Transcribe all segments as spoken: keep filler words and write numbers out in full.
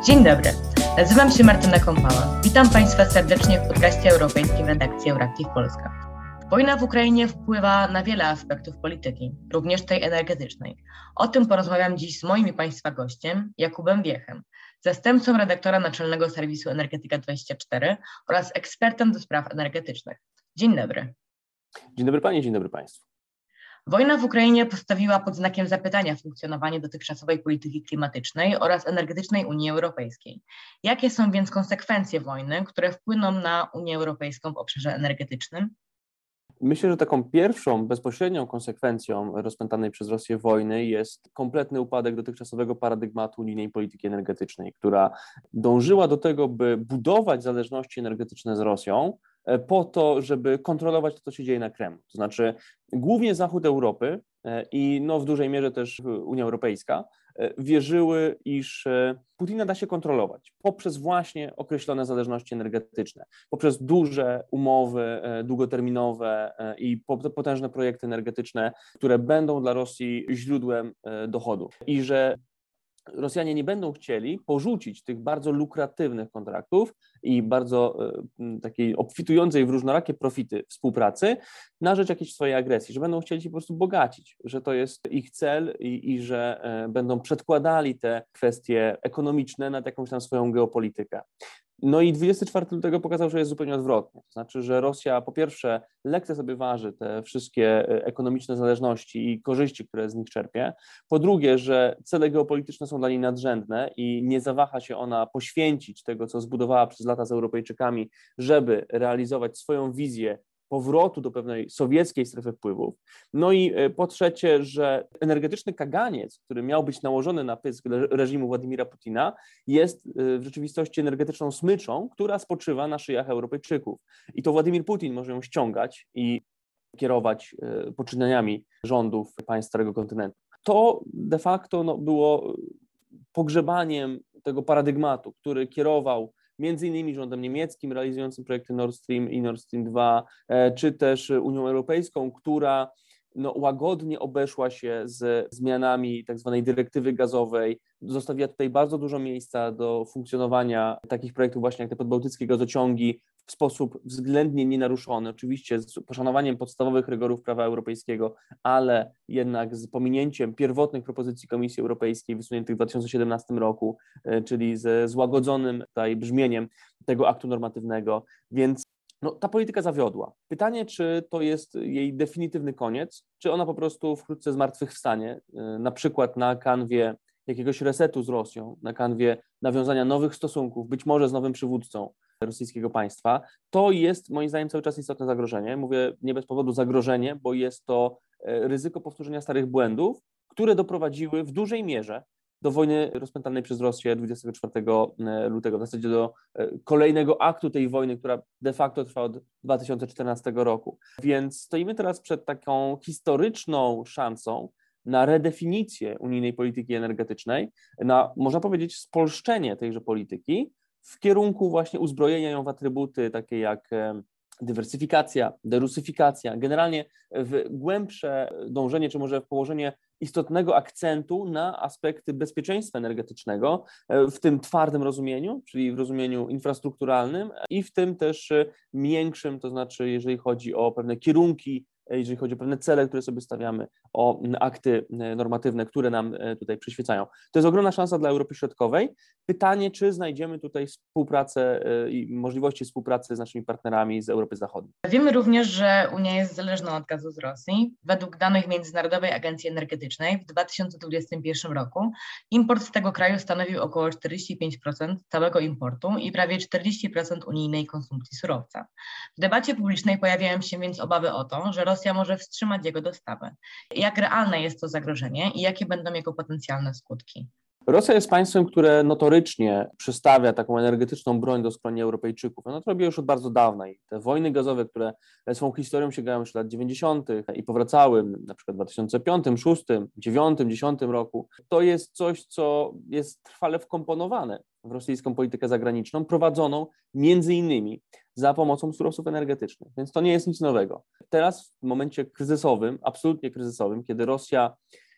Dzień dobry, nazywam się Martyna Kąpała. Witam Państwa serdecznie w podcaście europejskim redakcji Euractiv Polska. Wojna w Ukrainie wpływa na wiele aspektów polityki, również tej energetycznej. O tym porozmawiam dziś z moim i Państwa gościem, Jakubem Wiechem, zastępcą redaktora naczelnego serwisu Energetyka dwadzieścia cztery oraz ekspertem do spraw energetycznych. Dzień dobry. Dzień dobry Pani, dzień dobry Państwu. Wojna w Ukrainie postawiła pod znakiem zapytania funkcjonowanie dotychczasowej polityki klimatycznej oraz energetycznej Unii Europejskiej. Jakie są więc konsekwencje wojny, które wpłyną na Unię Europejską w obszarze energetycznym? Myślę, że taką pierwszą bezpośrednią konsekwencją rozpętanej przez Rosję wojny jest kompletny upadek dotychczasowego paradygmatu unijnej polityki energetycznej, która dążyła do tego, by budować zależności energetyczne z Rosją po to, żeby kontrolować to, co się dzieje na Kremlu. To znaczy głównie Zachód Europy i no, w dużej mierze też Unia Europejska wierzyły, iż Putina da się kontrolować poprzez właśnie określone zależności energetyczne, poprzez duże umowy długoterminowe i potężne projekty energetyczne, które będą dla Rosji źródłem dochodu. I że Rosjanie nie będą chcieli porzucić tych bardzo lukratywnych kontraktów i bardzo e, takiej obfitującej w różnorakie profity współpracy na rzecz jakiejś swojej agresji, że będą chcieli się po prostu bogacić, że to jest ich cel i, i że e, będą przedkładali te kwestie ekonomiczne nad jakąś tam swoją geopolitykę. No i dwudziestego czwartego lutego pokazał, że jest zupełnie odwrotnie. To znaczy, że Rosja po pierwsze lekce sobie waży te wszystkie ekonomiczne zależności i korzyści, które z nich czerpie. Po drugie, że cele geopolityczne są dla niej nadrzędne i nie zawaha się ona poświęcić tego, co zbudowała przez lata z Europejczykami, żeby realizować swoją wizję powrotu do pewnej sowieckiej strefy wpływów. No i po trzecie, że energetyczny kaganiec, który miał być nałożony na pysk reżimu Władimira Putina, jest w rzeczywistości energetyczną smyczą, która spoczywa na szyjach Europejczyków. I to Władimir Putin może ją ściągać i kierować poczynaniami rządów państw Starego Kontynentu. To de facto no, było pogrzebaniem tego paradygmatu, który kierował między innymi rządem niemieckim realizującym projekty Nord Stream i Nord Stream dwa, czy też Unią Europejską, która no, łagodnie obeszła się z zmianami tak zwanej dyrektywy gazowej, zostawiła tutaj bardzo dużo miejsca do funkcjonowania takich projektów właśnie jak te podbałtyckie gazociągi w sposób względnie nienaruszony, oczywiście z poszanowaniem podstawowych rygorów prawa europejskiego, ale jednak z pominięciem pierwotnych propozycji Komisji Europejskiej wysuniętych w dwa tysiące siedemnastym roku, czyli ze złagodzonym tutaj brzmieniem tego aktu normatywnego, więc no, ta polityka zawiodła. Pytanie, czy to jest jej definitywny koniec, czy ona po prostu wkrótce zmartwychwstanie, na przykład na kanwie jakiegoś resetu z Rosją, na kanwie nawiązania nowych stosunków, być może z nowym przywódcą rosyjskiego państwa. To jest moim zdaniem cały czas istotne zagrożenie. Mówię nie bez powodu zagrożenie, bo jest to ryzyko powtórzenia starych błędów, które doprowadziły w dużej mierze do wojny rozpętanej przez Rosję dwudziestego czwartego lutego, w zasadzie do kolejnego aktu tej wojny, która de facto trwa od dwa tysiące czternastego roku. Więc stoimy teraz przed taką historyczną szansą na redefinicję unijnej polityki energetycznej, na, można powiedzieć, spolszczenie tejże polityki w kierunku właśnie uzbrojenia ją w atrybuty takie jak dywersyfikacja, derusyfikacja, generalnie w głębsze dążenie, czy może w położenie istotnego akcentu na aspekty bezpieczeństwa energetycznego w tym twardym rozumieniu, czyli w rozumieniu infrastrukturalnym i w tym też miększym, to znaczy jeżeli chodzi o pewne kierunki, jeżeli chodzi o pewne cele, które sobie stawiamy, o akty normatywne, które nam tutaj przyświecają. To jest ogromna szansa dla Europy Środkowej. Pytanie, czy znajdziemy tutaj współpracę i możliwości współpracy z naszymi partnerami z Europy Zachodniej. Wiemy również, że Unia jest zależna od gazu z Rosji. Według danych Międzynarodowej Agencji Energetycznej w dwa tysiące dwudziestym pierwszym roku import z tego kraju stanowił około czterdzieści pięć procent całego importu i prawie czterdzieści procent unijnej konsumpcji surowca. W debacie publicznej pojawiają się więc obawy o to, że Rosja może wstrzymać jego dostawy. Jak realne jest to zagrożenie i jakie będą jego potencjalne skutki? Rosja jest państwem, które notorycznie przystawia taką energetyczną broń do skroni Europejczyków. Ono to robi już od bardzo dawna i te wojny gazowe, które swą historią sięgają już lat dziewięćdziesiątych i powracały na przykład w dwa tysiące piątym, dwa tysiące szóstym, dwa tysiące dziewiątym, dwa tysiące dziesiątym roku, to jest coś, co jest trwale wkomponowane w rosyjską politykę zagraniczną, prowadzoną między innymi za pomocą surowców energetycznych, więc to nie jest nic nowego. Teraz w momencie kryzysowym, absolutnie kryzysowym, kiedy Rosja, no, można powiedzieć, spolszcza te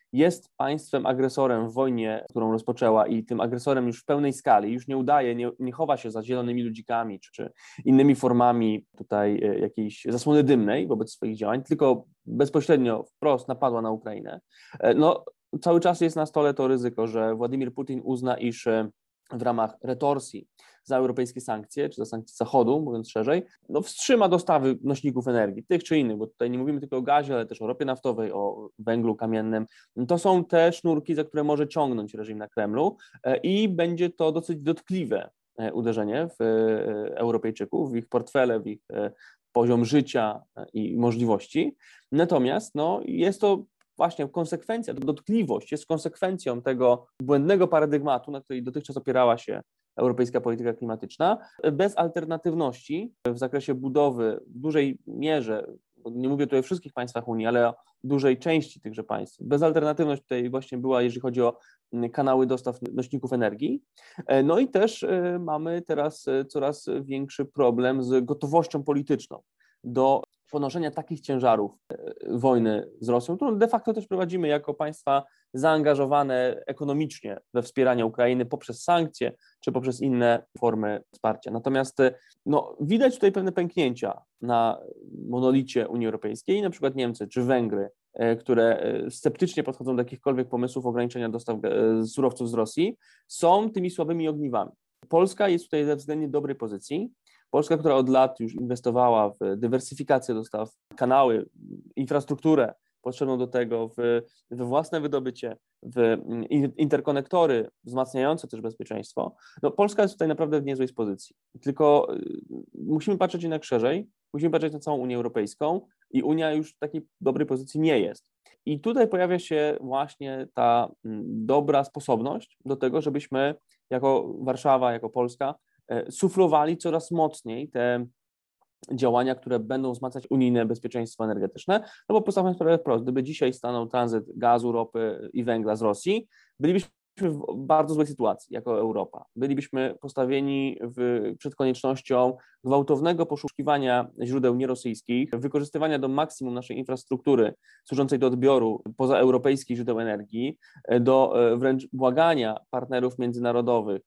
jest państwem agresorem w wojnie, którą rozpoczęła i tym agresorem już w pełnej skali, już nie udaje, nie, nie chowa się za zielonymi ludzikami czy, czy innymi formami tutaj jakiejś zasłony dymnej wobec swoich działań, tylko bezpośrednio wprost napadła na Ukrainę, no cały czas jest na stole to ryzyko, że Władimir Putin uzna, iż w ramach retorsji za europejskie sankcje, czy za sankcje Zachodu, mówiąc szerzej, no wstrzyma dostawy nośników energii, tych czy innych, bo tutaj nie mówimy tylko o gazie, ale też o ropie naftowej, o węglu kamiennym. To są te sznurki, za które może ciągnąć reżim na Kremlu i będzie to dosyć dotkliwe uderzenie w Europejczyków, w ich portfele, w ich poziom życia i możliwości. Natomiast no, jest to właśnie konsekwencja, dotkliwość jest konsekwencją tego błędnego paradygmatu, na której dotychczas opierała się europejska polityka klimatyczna, bez alternatywności w zakresie budowy w dużej mierze, nie mówię tutaj o wszystkich państwach Unii, ale o dużej części tychże państw. Bezalternatywność tutaj właśnie była, jeżeli chodzi o kanały dostaw nośników energii. No i też mamy teraz coraz większy problem z gotowością polityczną do ponoszenia takich ciężarów wojny z Rosją, którą de facto też prowadzimy jako państwa zaangażowane ekonomicznie we wspieranie Ukrainy poprzez sankcje czy poprzez inne formy wsparcia. Natomiast no, widać tutaj pewne pęknięcia na monolicie Unii Europejskiej, na przykład Niemcy czy Węgry, które sceptycznie podchodzą do jakichkolwiek pomysłów ograniczenia dostaw surowców z Rosji, są tymi słabymi ogniwami. Polska jest tutaj we względnie dobrej pozycji. Polska, która od lat już inwestowała w dywersyfikację dostaw, kanały, infrastrukturę potrzebną do tego, w, we własne wydobycie, w interkonektory wzmacniające też bezpieczeństwo, no Polska jest tutaj naprawdę w niezłej pozycji. Tylko musimy patrzeć jednak szerzej, musimy patrzeć na całą Unię Europejską i Unia już w takiej dobrej pozycji nie jest. I tutaj pojawia się właśnie ta dobra sposobność do tego, żebyśmy jako Warszawa, jako Polska suflowali coraz mocniej te działania, które będą wzmacniać unijne bezpieczeństwo energetyczne, no bo postawmy sprawę wprost, gdyby dzisiaj stanął tranzyt gazu, ropy i węgla z Rosji, bylibyśmy w bardzo złej sytuacji jako Europa. Bylibyśmy postawieni w, przed koniecznością gwałtownego poszukiwania źródeł nierosyjskich, wykorzystywania do maksimum naszej infrastruktury służącej do odbioru pozaeuropejskich źródeł energii, do wręcz błagania partnerów międzynarodowych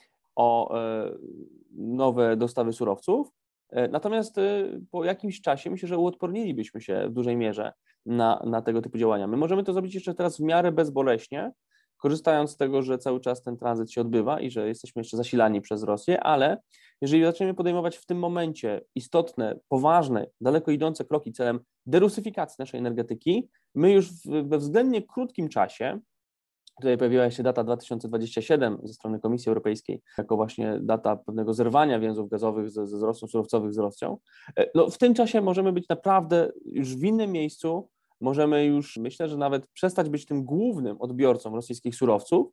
o nowe dostawy surowców. Natomiast po jakimś czasie myślę, że uodpornilibyśmy się w dużej mierze na, na tego typu działania. My możemy to zrobić jeszcze teraz w miarę bezboleśnie, korzystając z tego, że cały czas ten tranzyt się odbywa i że jesteśmy jeszcze zasilani przez Rosję, ale jeżeli zaczniemy podejmować w tym momencie istotne, poważne, daleko idące kroki celem derusyfikacji naszej energetyki, my już we względnie krótkim czasie, tutaj pojawiła się data dwa tysiące dwudziesty siódmy ze strony Komisji Europejskiej, jako właśnie data pewnego zerwania więzów gazowych z, z Rosją, surowcowych z Rosją. No, w tym czasie możemy być naprawdę już w innym miejscu, możemy już, myślę, że nawet przestać być tym głównym odbiorcą rosyjskich surowców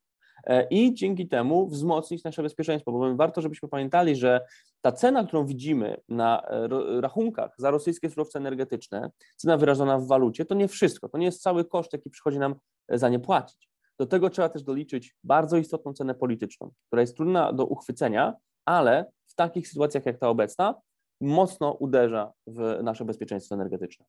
i dzięki temu wzmocnić nasze bezpieczeństwo, bo warto, żebyśmy pamiętali, że ta cena, którą widzimy na rachunkach za rosyjskie surowce energetyczne, cena wyrażona w walucie, to nie wszystko, to nie jest cały koszt, jaki przychodzi nam za nie płacić. Do tego trzeba też doliczyć bardzo istotną cenę polityczną, która jest trudna do uchwycenia, ale w takich sytuacjach jak ta obecna mocno uderza w nasze bezpieczeństwo energetyczne.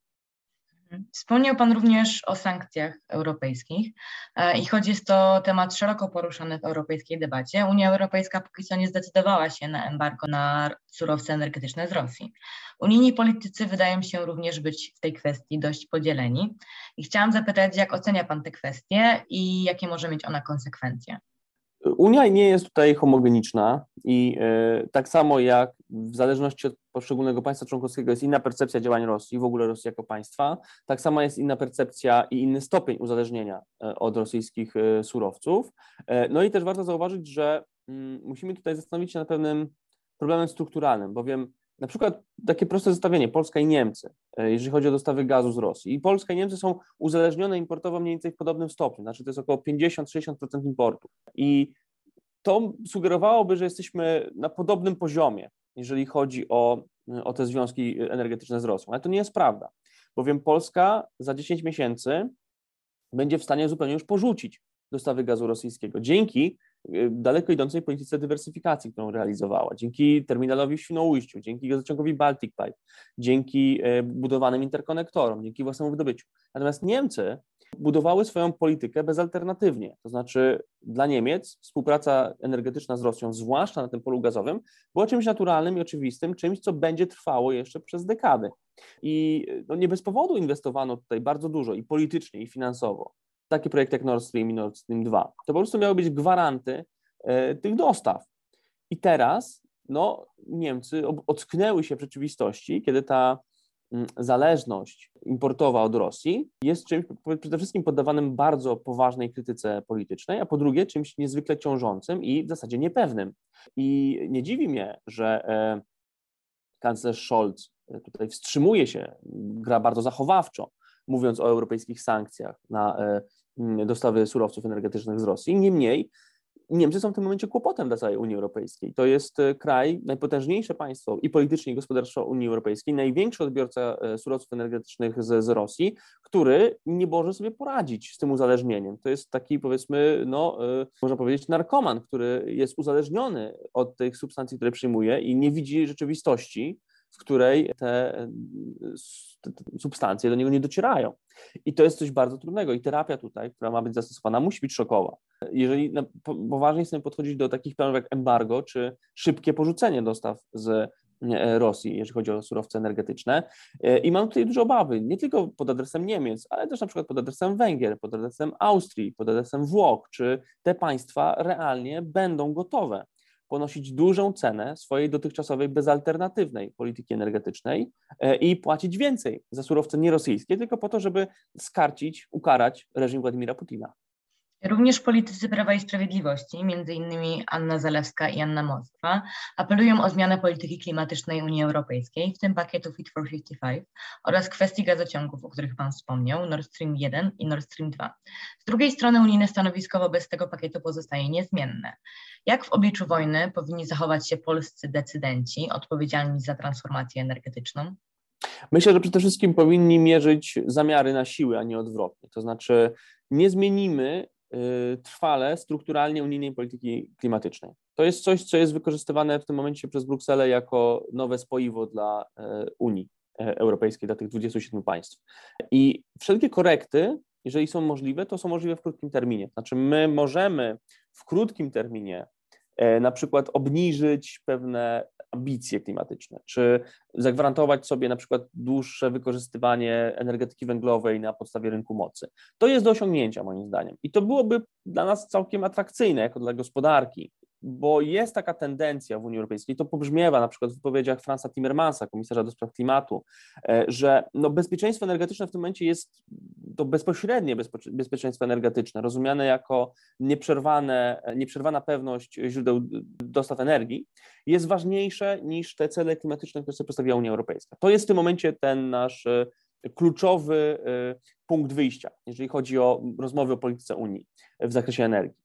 Wspomniał Pan również o sankcjach europejskich i choć jest to temat szeroko poruszany w europejskiej debacie, Unia Europejska póki co nie zdecydowała się na embargo na surowce energetyczne z Rosji. Unijni politycy wydają się również być w tej kwestii dość podzieleni i chciałam zapytać, jak ocenia Pan tę kwestię i jakie może mieć ona konsekwencje? Unia nie jest tutaj homogeniczna i y, tak samo jak w zależności od poszczególnego państwa członkowskiego jest inna percepcja działań Rosji, w ogóle Rosji jako państwa, tak samo jest inna percepcja i inny stopień uzależnienia y, od rosyjskich y, surowców. Y, no i też warto zauważyć, że y, musimy tutaj zastanowić się nad pewnym problemem strukturalnym, bowiem na przykład takie proste zestawienie, Polska i Niemcy, jeżeli chodzi o dostawy gazu z Rosji. I Polska i Niemcy są uzależnione importowo mniej więcej w podobnym stopniu, znaczy to jest około pięćdziesiąt do sześćdziesięciu procent importu. I to sugerowałoby, że jesteśmy na podobnym poziomie, jeżeli chodzi o, o te związki energetyczne z Rosją. Ale to nie jest prawda, bowiem Polska za dziesięć miesięcy będzie w stanie zupełnie już porzucić dostawy gazu rosyjskiego dzięki daleko idącej polityce dywersyfikacji, którą realizowała, dzięki terminalowi w Świnoujściu, dzięki gazociągowi Baltic Pipe, dzięki budowanym interkonektorom, dzięki własnemu wydobyciu. Natomiast Niemcy budowały swoją politykę bezalternatywnie, to znaczy dla Niemiec współpraca energetyczna z Rosją, zwłaszcza na tym polu gazowym, była czymś naturalnym i oczywistym, czymś, co będzie trwało jeszcze przez dekady. I no, nie bez powodu inwestowano tutaj bardzo dużo i politycznie, i finansowo. Takie projekty jak Nord Stream i Nord Stream dwa. To po prostu miały być gwaranty e, tych dostaw. I teraz no, Niemcy ocknęły się w rzeczywistości, kiedy ta m, zależność importowa od Rosji jest czymś przede wszystkim poddawanym bardzo poważnej krytyce politycznej, a po drugie czymś niezwykle ciążącym i w zasadzie niepewnym. I nie dziwi mnie, że e, kanclerz Scholz tutaj wstrzymuje się, gra bardzo zachowawczo, mówiąc o europejskich sankcjach na e, dostawy surowców energetycznych z Rosji. Niemniej Niemcy są w tym momencie kłopotem dla całej Unii Europejskiej. To jest kraj, najpotężniejsze państwo i politycznie, i gospodarczo Unii Europejskiej, największy odbiorca surowców energetycznych z, z Rosji, który nie może sobie poradzić z tym uzależnieniem. To jest taki, powiedzmy, no, można powiedzieć, narkoman, który jest uzależniony od tych substancji, które przyjmuje i nie widzi rzeczywistości, w której te, te, te substancje do niego nie docierają. I to jest coś bardzo trudnego. I terapia tutaj, która ma być zastosowana, musi być szokowa. Jeżeli na, po, poważnie chcemy podchodzić do takich planów jak embargo, czy szybkie porzucenie dostaw z Rosji, jeżeli chodzi o surowce energetyczne. I mam tutaj duże obawy, nie tylko pod adresem Niemiec, ale też na przykład pod adresem Węgier, pod adresem Austrii, pod adresem Włoch, czy te państwa realnie będą gotowe ponosić dużą cenę swojej dotychczasowej bezalternatywnej polityki energetycznej i płacić więcej za surowce nierosyjskie, tylko po to, żeby skarcić, ukarać reżim Władimira Putina. Również politycy Prawa i Sprawiedliwości, między innymi Anna Zalewska i Anna Moskwa, apelują o zmianę polityki klimatycznej Unii Europejskiej, w tym pakietu Fit for pięćdziesiąt pięć oraz kwestii gazociągów, o których Pan wspomniał, Nord Stream jeden i Nord Stream dwa. Z drugiej strony unijne stanowisko wobec tego pakietu pozostaje niezmienne. Jak w obliczu wojny powinni zachować się polscy decydenci odpowiedzialni za transformację energetyczną? Myślę, że przede wszystkim powinni mierzyć zamiary na siły, a nie odwrotnie. To znaczy nie zmienimy trwale, strukturalnie unijnej polityki klimatycznej. To jest coś, co jest wykorzystywane w tym momencie przez Brukselę jako nowe spoiwo dla Unii Europejskiej, dla tych dwudziestu siedmiu państw. I wszelkie korekty, jeżeli są możliwe, to są możliwe w krótkim terminie. Znaczy my możemy w krótkim terminie na przykład obniżyć pewne ambicje klimatyczne, czy zagwarantować sobie na przykład dłuższe wykorzystywanie energetyki węglowej na podstawie rynku mocy. To jest do osiągnięcia moim zdaniem i to byłoby dla nas całkiem atrakcyjne jako dla gospodarki, bo jest taka tendencja w Unii Europejskiej, to pobrzmiewa na przykład w wypowiedziach Franza Timmermansa, komisarza do spraw klimatu, że no bezpieczeństwo energetyczne w tym momencie jest to bezpośrednie bezpie- bezpieczeństwo energetyczne, rozumiane jako nieprzerwane, nieprzerwana pewność źródeł dostaw energii, jest ważniejsze niż te cele klimatyczne, które sobie postawiła Unia Europejska. To jest w tym momencie ten nasz kluczowy punkt wyjścia, jeżeli chodzi o rozmowy o polityce Unii w zakresie energii.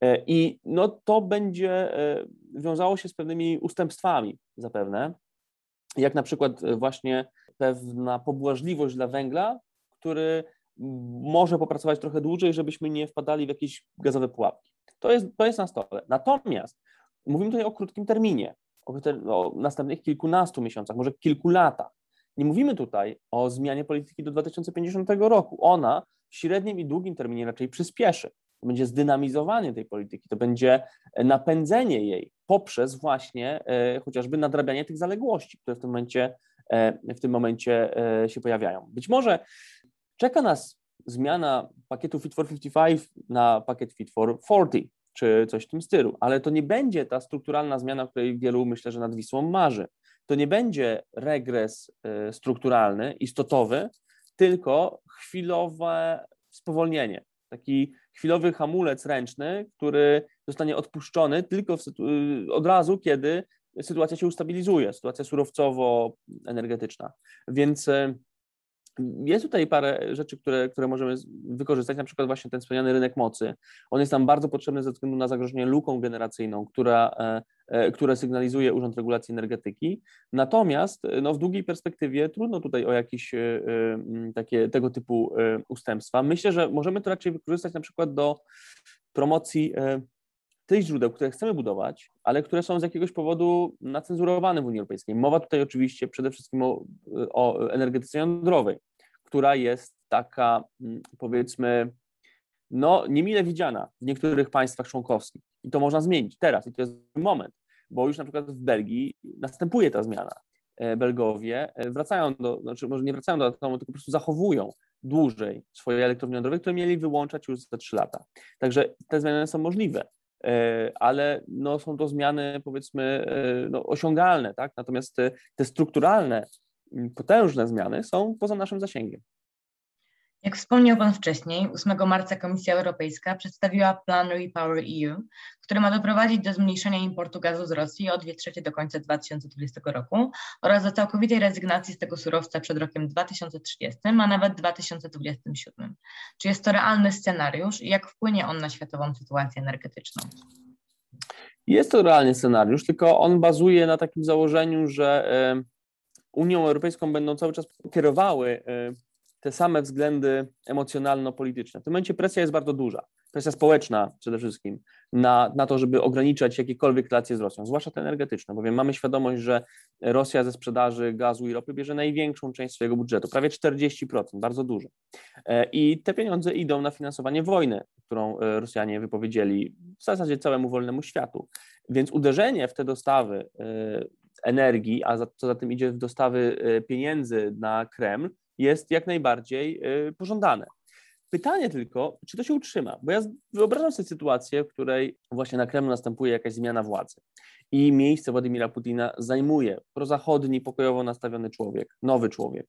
I no, to będzie wiązało się z pewnymi ustępstwami zapewne, jak na przykład właśnie pewna pobłażliwość dla węgla, który może popracować trochę dłużej, żebyśmy nie wpadali w jakieś gazowe pułapki. To jest, to jest na stole. Natomiast mówimy tutaj o krótkim terminie, o, te, o następnych kilkunastu miesiącach, może kilku latach. Nie mówimy tutaj o zmianie polityki do dwa tysiące pięćdziesiątego roku. Ona w średnim i długim terminie raczej przyspieszy. To będzie zdynamizowanie tej polityki, to będzie napędzenie jej poprzez właśnie e, chociażby nadrabianie tych zaległości, które w tym momencie, e, w tym momencie e, się pojawiają. Być może czeka nas zmiana pakietu Fit for pięćdziesiąt pięć na pakiet Fit for czterdzieści, czy coś w tym stylu, ale to nie będzie ta strukturalna zmiana, o której wielu, myślę, że nad Wisłą marzy. To nie będzie regres e, strukturalny, istotowy, tylko chwilowe spowolnienie. Taki chwilowy hamulec ręczny, który zostanie odpuszczony tylko w sytu- od razu, kiedy sytuacja się ustabilizuje, sytuacja surowcowo-energetyczna. Więc jest tutaj parę rzeczy, które, które możemy wykorzystać, na przykład właśnie ten wspomniany rynek mocy. On jest nam bardzo potrzebny ze względu na zagrożenie luką generacyjną, która, e, które sygnalizuje Urząd Regulacji Energetyki. Natomiast no, w długiej perspektywie trudno tutaj o jakieś e, takie tego typu e, ustępstwa. Myślę, że możemy to raczej wykorzystać na przykład do promocji e, tych źródeł, które chcemy budować, ale które są z jakiegoś powodu nacenzurowane w Unii Europejskiej. Mowa tutaj oczywiście przede wszystkim o, o energetyce jądrowej, która jest taka, powiedzmy, no niemile widziana w niektórych państwach członkowskich. I to można zmienić teraz i to jest moment, bo już na przykład w Belgii następuje ta zmiana. Belgowie wracają do, znaczy może nie wracają do atomu, tylko po prostu zachowują dłużej swoje elektrownie jądrowe, które mieli wyłączać już za trzy lata. Także te zmiany są możliwe, ale no, są to zmiany, powiedzmy, no, osiągalne, tak? Natomiast te, te strukturalne, potężne zmiany są poza naszym zasięgiem. Jak wspomniał Pan wcześniej, ósmego marca Komisja Europejska przedstawiła plan REPower E U, który ma doprowadzić do zmniejszenia importu gazu z Rosji o dwie trzecie do końca dwa tysiące dwudziestego roku oraz do całkowitej rezygnacji z tego surowca przed rokiem dwa tysiące trzydziestym, a nawet dwa tysiące dwudziestym siódmym. Czy jest to realny scenariusz i jak wpłynie on na światową sytuację energetyczną? Jest to realny scenariusz, tylko on bazuje na takim założeniu, że Unią Europejską będą cały czas kierowały te same względy emocjonalno-polityczne. W tym momencie presja jest bardzo duża, presja społeczna przede wszystkim, na, na to, żeby ograniczać jakiekolwiek relacje z Rosją, zwłaszcza te energetyczne, bowiem mamy świadomość, że Rosja ze sprzedaży gazu i ropy bierze największą część swojego budżetu, prawie czterdzieści procent, bardzo dużo. I te pieniądze idą na finansowanie wojny, którą Rosjanie wypowiedzieli w zasadzie całemu wolnemu światu. Więc uderzenie w te dostawy energii, a co za tym idzie w dostawy pieniędzy na Kreml, jest jak najbardziej pożądane. Pytanie tylko, czy to się utrzyma, bo ja wyobrażam sobie sytuację, w której właśnie na Kremlu następuje jakaś zmiana władzy i miejsce Władimira Putina zajmuje prozachodni, pokojowo nastawiony człowiek, nowy człowiek,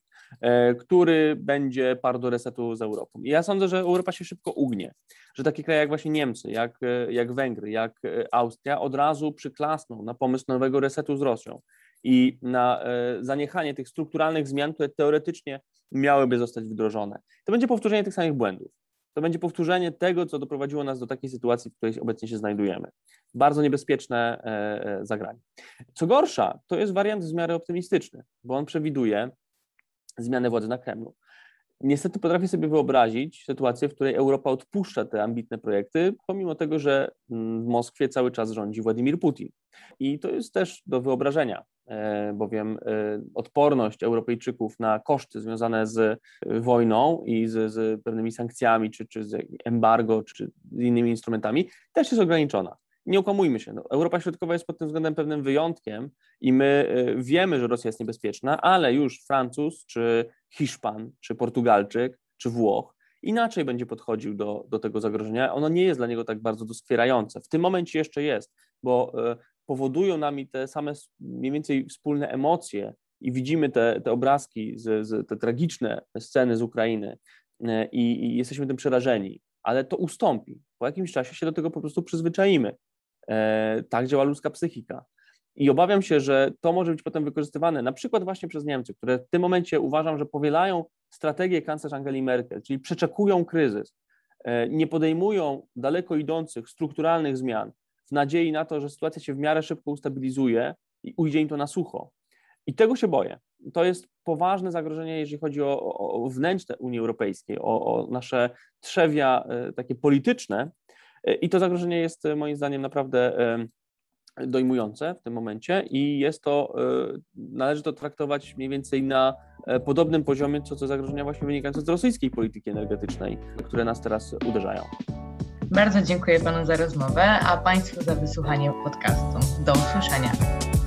który będzie par do resetu z Europą. I ja sądzę, że Europa się szybko ugnie, że takie kraje jak właśnie Niemcy, jak, jak Węgry, jak Austria od razu przyklasną na pomysł nowego resetu z Rosją i na zaniechanie tych strukturalnych zmian, które teoretycznie miałyby zostać wdrożone. To będzie powtórzenie tych samych błędów. To będzie powtórzenie tego, co doprowadziło nas do takiej sytuacji, w której obecnie się znajdujemy. Bardzo niebezpieczne zagranie. Co gorsza, to jest wariant w miarę optymistyczny, bo on przewiduje zmianę władzy na Kremlu. Niestety potrafię sobie wyobrazić sytuację, w której Europa odpuszcza te ambitne projekty, pomimo tego, że w Moskwie cały czas rządzi Władimir Putin. I to jest też do wyobrażenia, bowiem odporność Europejczyków na koszty związane z wojną i z, z pewnymi sankcjami, czy, czy z embargo, czy z innymi instrumentami też jest ograniczona. Nie okłamujmy się, no, Europa Środkowa jest pod tym względem pewnym wyjątkiem i my wiemy, że Rosja jest niebezpieczna, ale już Francuz, czy Hiszpan, czy Portugalczyk, czy Włoch inaczej będzie podchodził do, do tego zagrożenia. Ono nie jest dla niego tak bardzo doskwierające. W tym momencie jeszcze jest, bo powodują nami te same mniej więcej wspólne emocje i widzimy te, te obrazki, z, z, te tragiczne sceny z Ukrainy i, i jesteśmy tym przerażeni, ale to ustąpi. Po jakimś czasie się do tego po prostu przyzwyczaimy. E, tak działa ludzka psychika. I obawiam się, że to może być potem wykorzystywane na przykład właśnie przez Niemcy, które w tym momencie uważam, że powielają strategię kanclerz Angeli Merkel, czyli przeczekują kryzys, e, nie podejmują daleko idących, strukturalnych zmian w nadziei na to, że sytuacja się w miarę szybko ustabilizuje i ujdzie im to na sucho. I tego się boję. To jest poważne zagrożenie, jeżeli chodzi o, o, o wnętrze Unii Europejskiej, o, o nasze trzewia e, takie polityczne. E, I to zagrożenie jest moim zdaniem naprawdę e, dojmujące w tym momencie i jest to, e, należy to traktować mniej więcej na e, podobnym poziomie, co to zagrożenia właśnie wynikające z rosyjskiej polityki energetycznej, które nas teraz uderzają. Bardzo dziękuję Panu za rozmowę, a Państwu za wysłuchanie podcastu. Do usłyszenia.